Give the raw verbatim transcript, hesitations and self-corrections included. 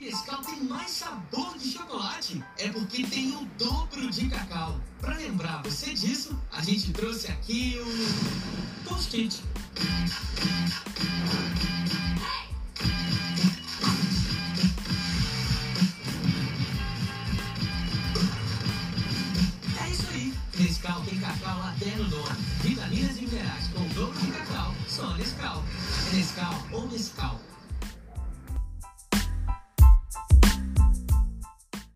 Nescau tem mais sabor de chocolate. É porque tem o dobro de cacau. Pra lembrar você disso, a gente trouxe aqui o post-it. É isso aí. Nescau tem cacau até no nome. Vitaminas e minerais com o dobro de cacau. Só Nescau. É Nescau ou Nescau.